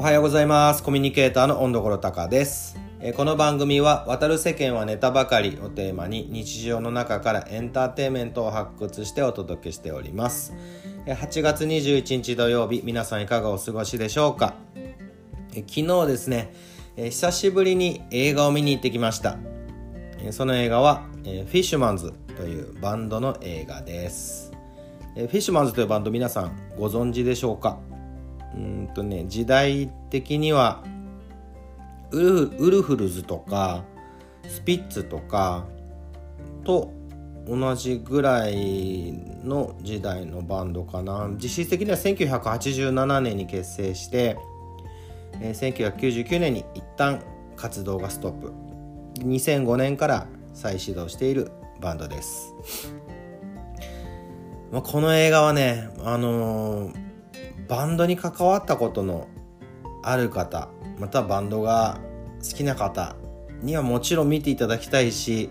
おはようございます。コミュニケーターの温所隆です。この番組は渡る世間はネタばかりをテーマに日常の中からエンターテインメントを発掘してお届けしております。8月21日土曜日、皆さんいかがお過ごしでしょうか。昨日ですね、久しぶりに映画を見に行ってきました。その映画はフィッシュマンズというバンドの映画です。フィッシュマンズというバンド、皆さんご存知でしょうか。時代的にはウルフルズとかスピッツとかと同じぐらいの時代のバンドかな。実質的には1987年に結成して、1999年に一旦活動がストップ、2005年から再始動しているバンドです。この映画はね、バンドに関わったことのある方、またバンドが好きな方にはもちろん見ていただきたいし、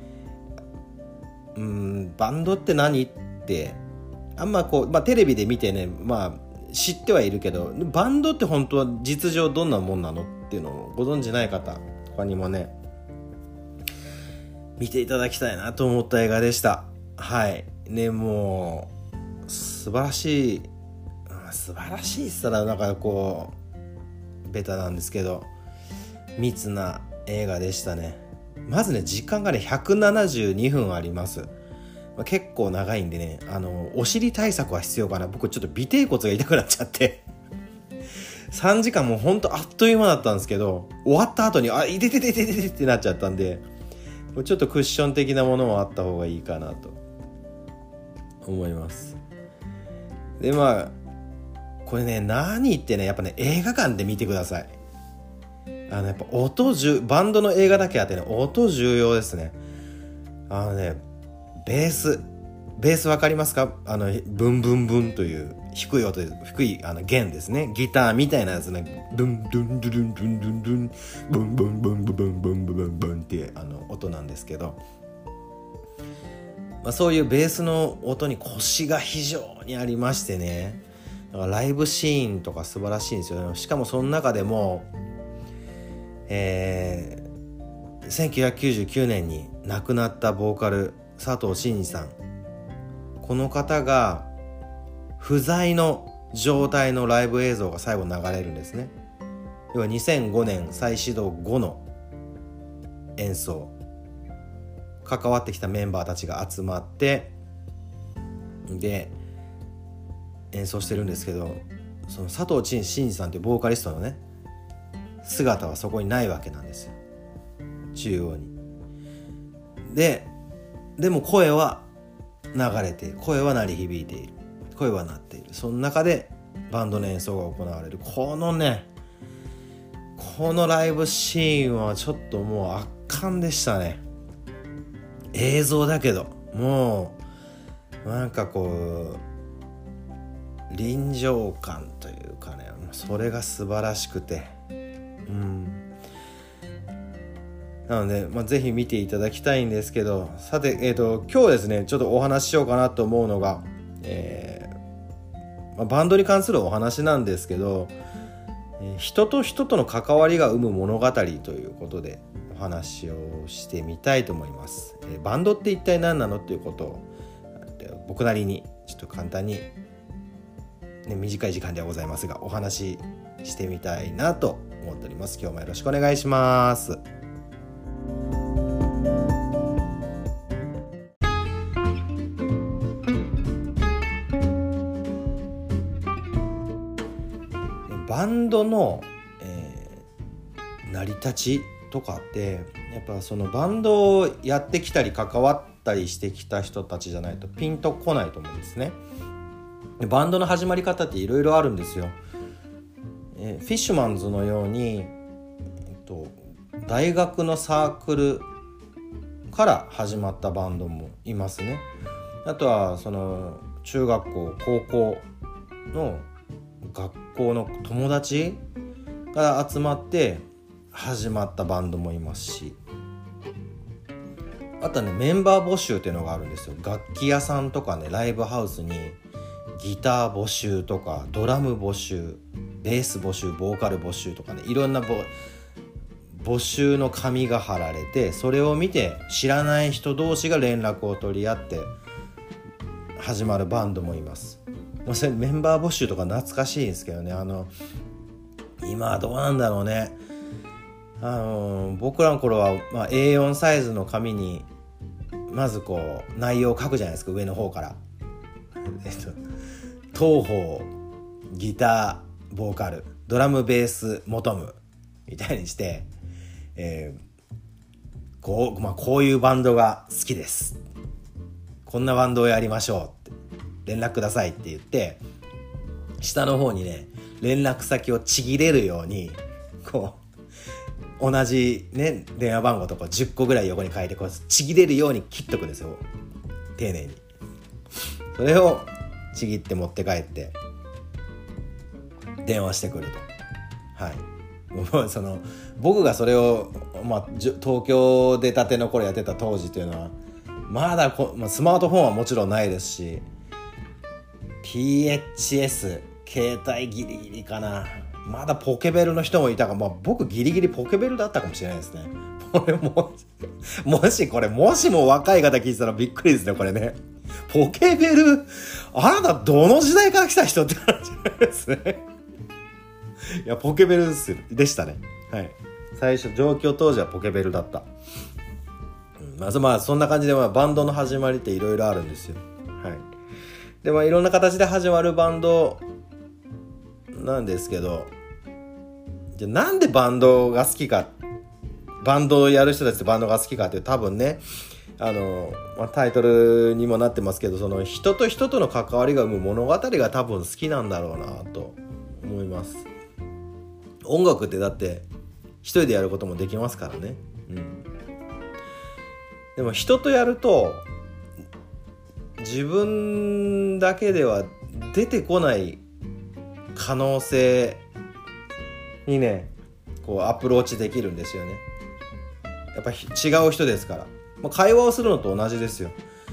バンドって何ってあんまテレビで見てね、知ってはいるけど、バンドって本当は実情どんなもんなのっていうのをご存じない方他にもね、見ていただきたいなと思った映画でした。はいね、もう素晴らしいっすらなんかベタなんですけど密な映画でしたね。まずね、時間がね172分あります。結構長いんでね、お尻対策は必要かな。僕ちょっと尾てい骨が痛くなっちゃって3時間もうほんとあっという間だったんですけど、終わった後にいてってなっちゃったんで、ちょっとクッション的なものもあった方がいいかなと思います。でこれね、何ってね、やっぱね映画館で見てください。やっぱバンドの映画だけあってね、音重要ですね。ベースわかりますか？ブンブンブンという低い音で、低い弦ですね。ギターみたいなやつね、ドゥンドゥンドゥルンドゥンドゥンドゥンブンブンブンブンブンブンブンブンっていう音なんですけど、そういうベースの音にコシが非常にありましてね、だからライブシーンとか素晴らしいんですよね。しかもその中でも、1999年に亡くなったボーカル佐藤真二さん、この方が不在の状態のライブ映像が最後流れるんですね。要は2005年再始動後の演奏、関わってきたメンバーたちが集まってで演奏してるんですけど、その佐藤真二さんというボーカリストのね姿はそこにないわけなんですよ、中央に。でも声は流れている、声は鳴り響いている、声は鳴っている。その中でバンドの演奏が行われる。このライブシーンはちょっともう圧巻でしたね。映像だけどもうなんか臨場感というかね、それが素晴らしくて、なので、ぜひ見ていただきたいんですけど、さて、今日ですねちょっとお話ししようかなと思うのが、バンドに関するお話なんですけど、人と人との関わりが生む物語ということでお話をしてみたいと思います。バンドって一体何なのっていうことを僕なりにちょっと簡単に、短い時間ではございますがお話ししてみたいなと思っております。今日もよろしくお願いします。バンドの、成り立ちとかってやっぱそのバンドをやってきたり関わったりしてきた人たちじゃないとピンとこないと思うんですね。でバンドの始まり方っていろいろあるんですよ。フィッシュマンズのように、大学のサークルから始まったバンドもいますね。あとはその中学校高校の学校の友達が集まって始まったバンドもいますし、あとはねメンバー募集っていうのがあるんですよ。楽器屋さんとかねライブハウスにギター募集とかドラム募集ベース募集、ボーカル募集とかね、いろんな募集の紙が貼られて、それを見て知らない人同士が連絡を取り合って始まるバンドもいます。それメンバー募集とか懐かしいんですけどね、今はどうなんだろうね。僕らの頃は、A4 サイズの紙にまずこう内容を書くじゃないですか、上の方から東方、ギター、ボーカル、ドラム、ベース、求むみたいにして、こういうバンドが好きです、こんなバンドをやりましょうって連絡くださいって言って、下の方にね連絡先をちぎれるようにこう同じね電話番号とか10個ぐらい横に書いてこうちぎれるように切っとくんですよ、丁寧に。それをちぎって持って帰って電話してくると。はい。もう僕がそれを、東京出たての頃やってた当時というのはまだスマートフォンはもちろんないですし、 PHS 携帯ギリギリかな、まだポケベルの人もいたか、僕ギリギリポケベルだったかもしれないですね。これもしも若い方聞いてたらびっくりですね、これね。ポケベル、あなたどの時代から来た人って話ですね。いや、ポケベルでしたね。はい。最初上京当時はポケベルだった。そんな感じでバンドの始まりっていろいろあるんですよ。はい。でいろんな形で始まるバンドなんですけど、じゃあなんでバンドが好きか、バンドをやる人たちってバンドが好きかって多分ね、タイトルにもなってますけど、その人と人との関わりが生む物語が多分好きなんだろうなと思います。音楽ってだって一人でやることもできますからね。でも人とやると自分だけでは出てこない可能性にねこうアプローチできるんですよね。やっぱ違う人ですから、会話をするのと同じですよ。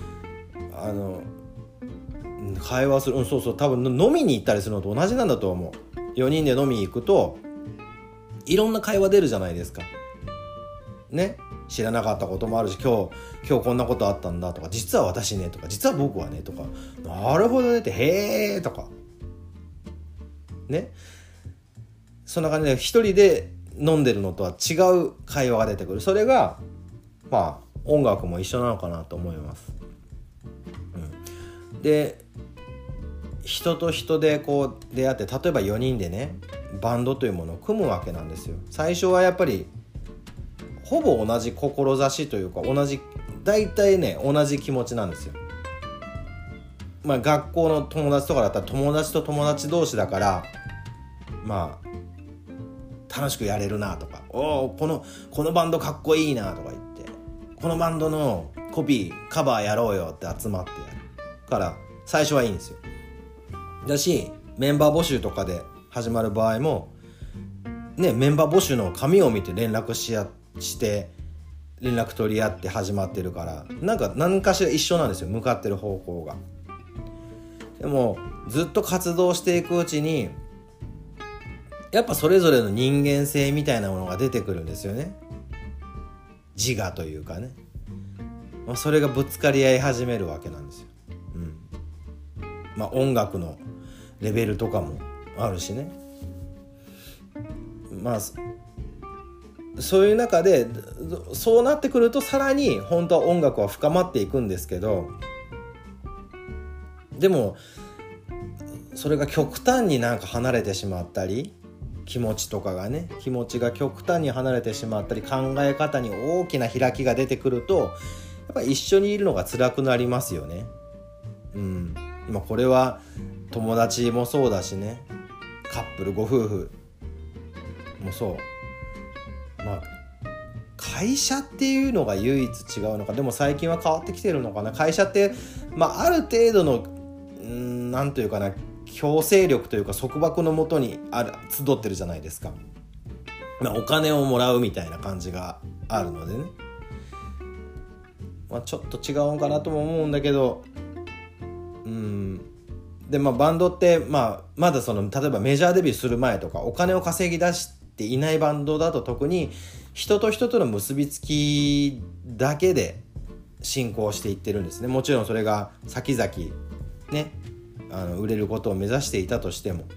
会話する、そう多分飲みに行ったりするのと同じなんだと思う。4人で飲みに行くといろんな会話出るじゃないですかね。知らなかったこともあるし、今日こんなことあったんだとか、実は私ねとか、実は僕はねとか、なるほどねって、へーとかね。そんな感じで一人で飲んでるのとは違う会話が出てくる。それが音楽も一緒なのかなと思います。で人と人でこう出会って、例えば4人でねバンドというものを組むわけなんですよ。最初はやっぱりほぼ同じ志というか、大体ね同じ気持ちなんですよ。学校の友達とかだったら友達と友達同士だから楽しくやれるなとか、このバンドかっこいいなとか言って、このバンドのカバーやろうよって集まってやるから最初はいいんですよ。だしメンバー募集とかで始まる場合もね、メンバー募集の紙を見て連絡して連絡取り合って始まってるから、何かしら一緒なんですよ、向かってる方向が。でもずっと活動していくうちにやっぱそれぞれの人間性みたいなものが出てくるんですよね。自我というかね、それがぶつかり合い始めるわけなんですよ。音楽のレベルとかもあるしね。そういう中でそうなってくるとさらに本当は音楽は深まっていくんですけど、でもそれが極端に離れてしまったり、気持ちが極端に離れてしまったり、考え方に大きな開きが出てくるとやっぱり一緒にいるのが辛くなりますよね。これは友達もそうだしね、カップルご夫婦もそう。会社っていうのが唯一違うのか、でも最近は変わってきてるのかな。会社ってある程度のなんというかな、強制力というか束縛のもとに集ってるじゃないですか。お金をもらうみたいな感じがあるのでね、ちょっと違うんかなとも思うんだけど、 で、バンドって、まだ例えばメジャーデビューする前とかお金を稼ぎ出していないバンドだと特に人と人との結びつきだけで進行していってるんですね。もちろんそれが先々ね売れることを目指していたとしても、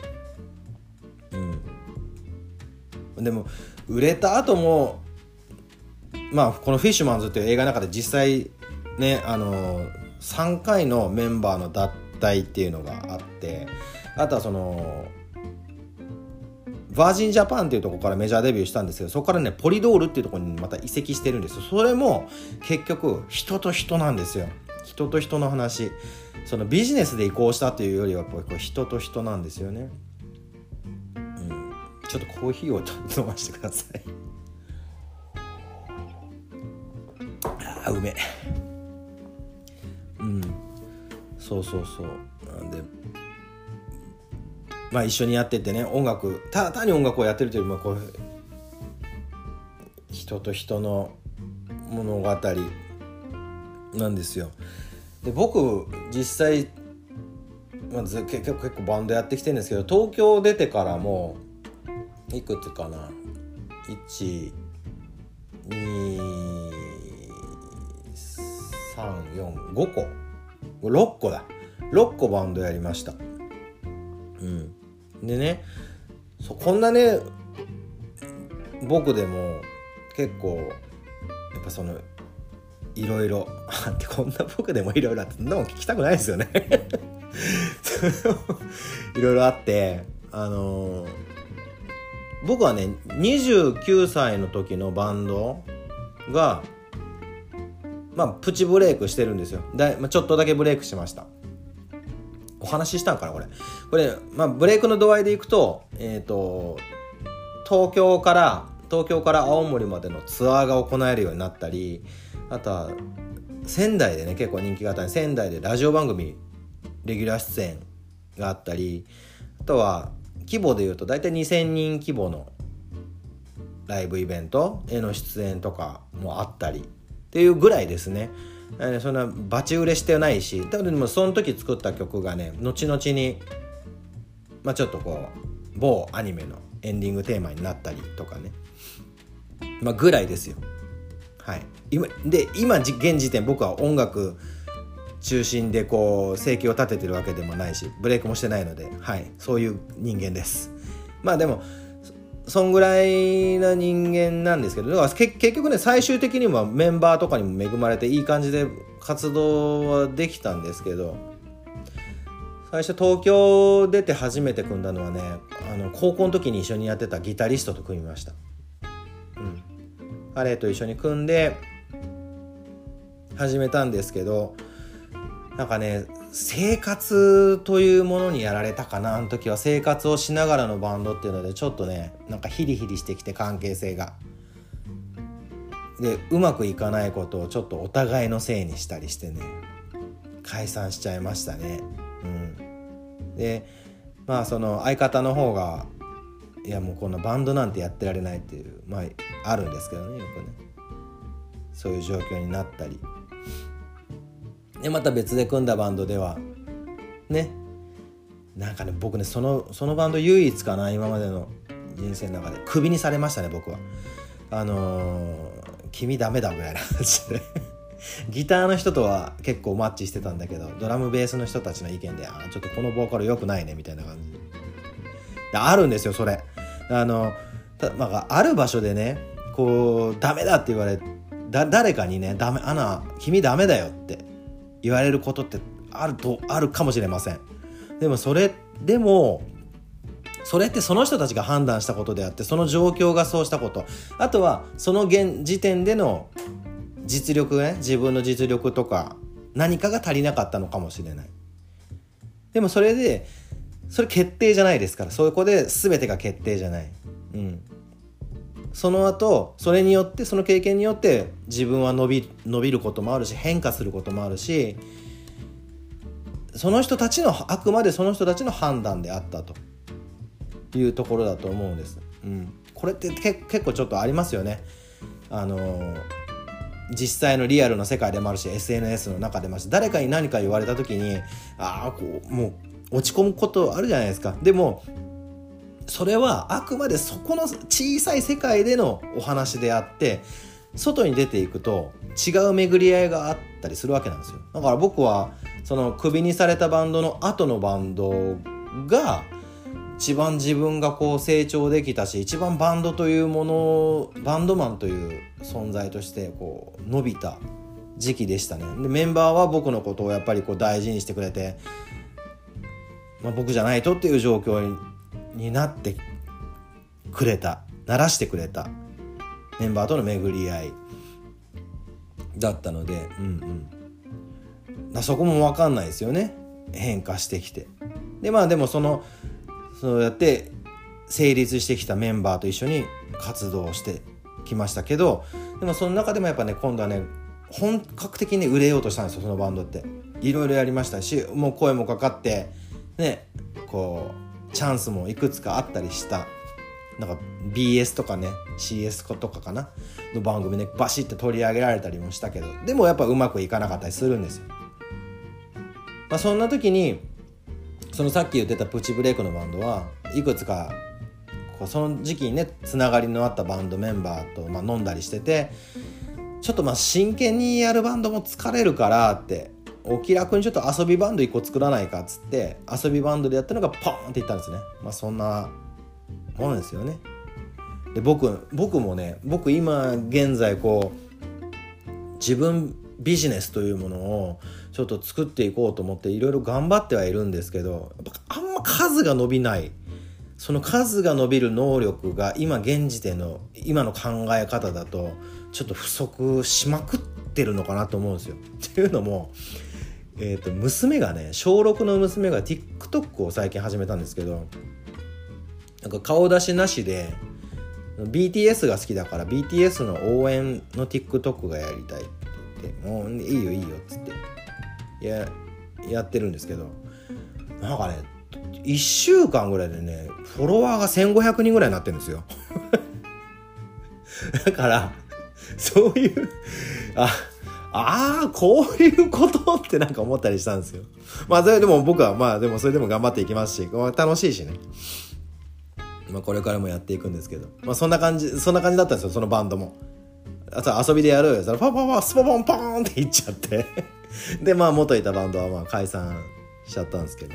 でも売れた後もこのフィッシュマンズっていう映画の中で実際ね3回のメンバーの脱退っていうのがあって、あとはバージンジャパンっていうところからメジャーデビューしたんですけど、そこからねポリドールっていうところにまた移籍してるんですよ。それも結局人と人なんですよ。人と人の話、ビジネスで移行したっていうよりはこう人と人なんですよね。ちょっとコーヒーをちょっと飲ませてください。うめえ。そうなんで一緒にやっててね、単に音楽をやってるというよりも人と人の物語なんですよ。で僕実際、結構バンドやってきてるんですけど、東京出てからもいくつかな、1、2、3、4、5個6個だ6個バンドやりました。でね、こんなね僕でも結構やっぱいろいろってこんな僕でもいろいろあって、そんなもん聞きたくないですよねいろいろあって、僕はね29歳の時のバンドがプチブレイクしてるんですよ。ちょっとだけブレイクしました。お話ししたんかなこれ、ブレイクの度合いでいくと、東京から青森までのツアーが行えるようになったり、あとは仙台でね結構人気があったり、仙台でラジオ番組レギュラー出演があったり、あとは規模でいうと大体2000人規模のライブイベントへの出演とかもあったりっていうぐらいですね。そんなバチ売れしてないし、多分その時作った曲がね後々にちょっと某アニメのエンディングテーマになったりとかね、ぐらいですよ。はい。今現時点僕は音楽中心で生計を立ててるわけでもないし、ブレイクもしてないので、そういう人間です。でもそんぐらいな人間なんですけど、だから結局ね最終的にはメンバーとかにも恵まれていい感じで活動はできたんですけど、最初東京出て初めて組んだのはね高校の時に一緒にやってたギタリストと組みました。彼と一緒に組んで始めたんですけど、生活というものにやられたかな。あの時は生活をしながらのバンドっていうのでちょっとねヒリヒリしてきて、関係性がでうまくいかないことをちょっとお互いのせいにしたりしてね解散しちゃいましたね。でその相方の方がいやもうこのバンドなんてやってられないっていうあるんですけどね、よくねそういう状況になったりで、また別で組んだバンドではね僕ねそのバンド唯一かな、今までの人生の中でクビにされましたね。僕は君ダメだぐらいな感じでギターの人とは結構マッチしてたんだけど、ドラムベースの人たちの意見でちょっとこのボーカル良くないねみたいな感じであるんですよ。それある場所でねダメだって言われ誰かにね君ダメだよって言われることってあるかもしれません。でもそれってその人たちが判断したことであって、その状況がそうしたこと、あとはその現時点での実力ね、自分の実力とか何かが足りなかったのかもしれない。でもそれ決定じゃないですから、そこで全てが決定じゃない。その後それによってその経験によって自分は伸びることもあるし、変化することもあるし、あくまでその人たちの判断であったというところだと思うんです。これって結構ちょっとありますよね。実際のリアルの世界でもあるし SNS の中でもあるし、誰かに何か言われた時にもう落ち込むことあるじゃないですか。でもそれはあくまでそこの小さい世界でのお話であって、外に出ていくと違う巡り合いがあったりするわけなんですよ。だから僕はそのクビにされたバンドの後のバンドが一番自分がこう成長できたし、一番バンドというもの、バンドマンという存在としてこう伸びた時期でしたね。でメンバーは僕のことをやっぱりこう大事にしてくれて、僕じゃないとっていう状況になってくれた、ならしてくれたメンバーとの巡り合いだったので、そこも分かんないですよね。変化してきて、ででもそうやって成立してきたメンバーと一緒に活動してきましたけど、でもその中でもやっぱね、今度はね本格的に売れようとしたんですよ。そのバンドっていろいろやりましたし、もう声もかかってね、こうチャンスもいくつかあったりした、なんか BS とかね CS とかかなの番組ねバシッと取り上げられたりもしたけど、でもやっぱうまくいかなかったりするんですよ。そんな時にそのさっき言ってたプチブレイクのバンドはいくつかこうその時期にねつながりのあったバンドメンバーと飲んだりしてて、ちょっと真剣にやるバンドも疲れるからってお気楽にちょっと遊びバンド1個作らないかっつって遊びバンドでやったのがポーンっていったんですね。そんなものですよね。で僕もね、今現在こう自分ビジネスというものをちょっと作っていこうと思っていろいろ頑張ってはいるんですけど、あんま数が伸びない、その数が伸びる能力が今現時点の今の考え方だとちょっと不足しまくってるのかなと思うんですよ。っていうのも娘がね、小6の娘が TikTok を最近始めたんですけど、なんか顔出しなしで BTS が好きだから BTS の応援の TikTok がやりたいって言って、もういいよっつってやってるんですけど、なんかね1週間ぐらいでねフォロワーが1500人ぐらいになってるんですよだからそういうこういうことってなんか思ったりしたんですよ。それでも僕はでもそれでも頑張っていきますし、楽しいしね、これからもやっていくんですけど、そんな感じだったんですよ。そのバンドもあと遊びでやるパパスポポンポーンっていっちゃってで元いたバンドは解散しちゃったんですけど、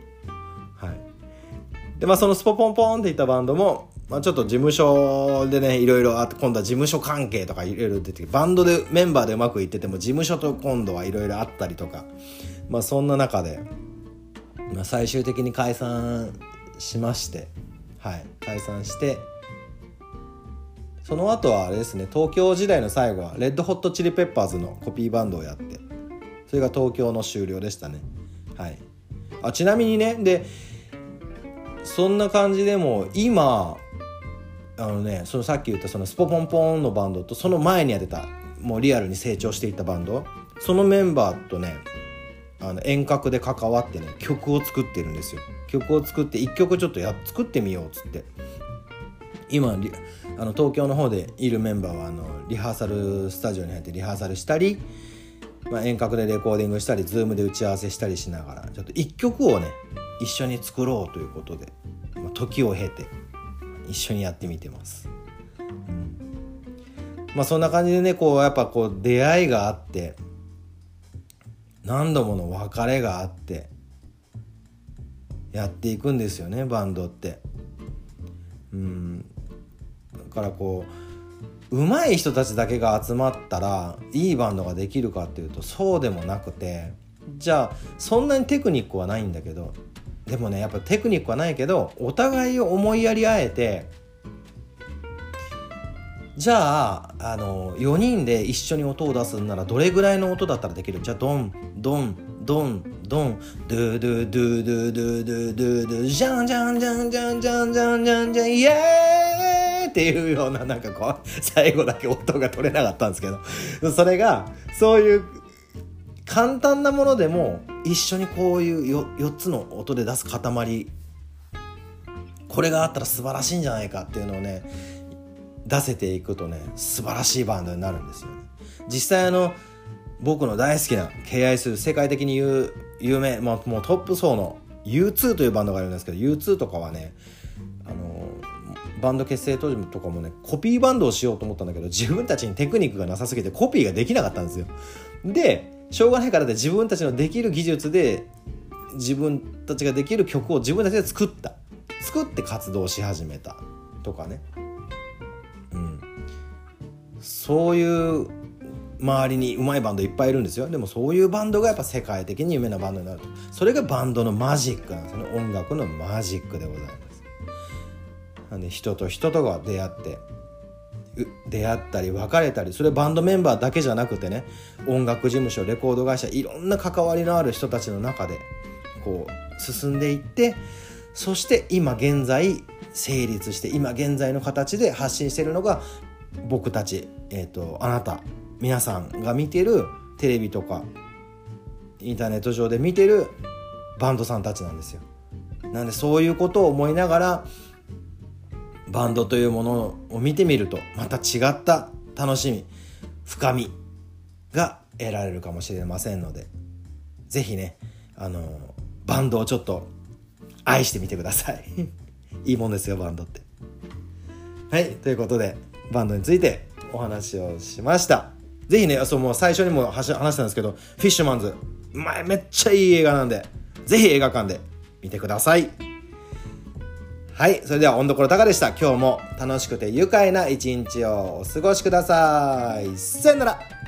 でそのスポポンポーンっていったバンドもちょっと事務所でねいろいろあって、今度は事務所関係とかいろいろ出て、バンドでメンバーでうまくいってても事務所と今度はいろいろあったりとか、そんな中で、最終的に解散しまして、解散して、その後はあれですね、東京時代の最後はレッドホットチリペッパーズのコピーバンドをやって、それが東京の終了でしたね。ちなみにね、でそんな感じでも今そのさっき言ったそのスポポンポンのバンドとその前にやってたもうリアルに成長していったバンド、そのメンバーとね遠隔で関わってね曲を作ってるんですよ。曲を作って1曲ちょっと作ってみようっつって、今東京の方でいるメンバーはリハーサルスタジオに入ってリハーサルしたり、遠隔でレコーディングしたり Zoom で打ち合わせしたりしながらちょっと1曲をね一緒に作ろうということで、時を経て一緒にやってみてます。そんな感じでね、やっぱ出会いがあって何度もの別れがあってやっていくんですよね、バンドって。だから上手い人たちだけが集まったらいいバンドができるかっていうとそうでもなくて、じゃあそんなにテクニックはないんだけど、でもねやっぱテクニックはないけどお互いを思いやり合えて、じゃあ4人で一緒に音を出すんならどれぐらいの音だったらできる、じゃあドンドンドンドンドゥドゥドゥドゥドゥドゥドゥドゥジャンジャンジャンジャンジャンジャンジャンジャンイエーイっていうような、なんか最後だけ音が取れなかったんですけど、それがそういう簡単なものでも一緒にこういう4つの音で出す塊、これがあったら素晴らしいんじゃないかっていうのをね出せていくとね素晴らしいバンドになるんですよね。実際僕の大好きな敬愛する世界的に有名、もうトップ層の U2 というバンドがあるんですけど、 U2 とかはねバンド結成当時とかもねコピーバンドをしようと思ったんだけど、自分たちにテクニックがなさすぎてコピーができなかったんですよ。でしょうがないからで自分たちのできる技術で自分たちができる曲を自分たちで作って活動し始めたとかね、そういう周りに上手いバンドいっぱいいるんですよ。でもそういうバンドがやっぱ世界的に有名なバンドになると、それがバンドのマジックなんですよね。音楽のマジックでございます。なんで人と人とが出会ったり別れたり、それバンドメンバーだけじゃなくてね、音楽事務所、レコード会社、いろんな関わりのある人たちの中でこう進んでいって、そして今現在成立して、今現在の形で発信しているのが僕たち、あなた皆さんが見ているテレビとかインターネット上で見ているバンドさんたちなんですよ。なんでそういうことを思いながらバンドというものを見てみると、また違った楽しみ、深みが得られるかもしれませんので、ぜひねバンドをちょっと愛してみてくださいいいもんですよバンドって。はい、ということでバンドについてお話をしました。ぜひね、もう最初にも話したんですけど、フィッシュマンズめっちゃいい映画なんで、ぜひ映画館で見てください。はい、それでは温どころたかでした。今日も楽しくて愉快な一日をお過ごしください。さよなら。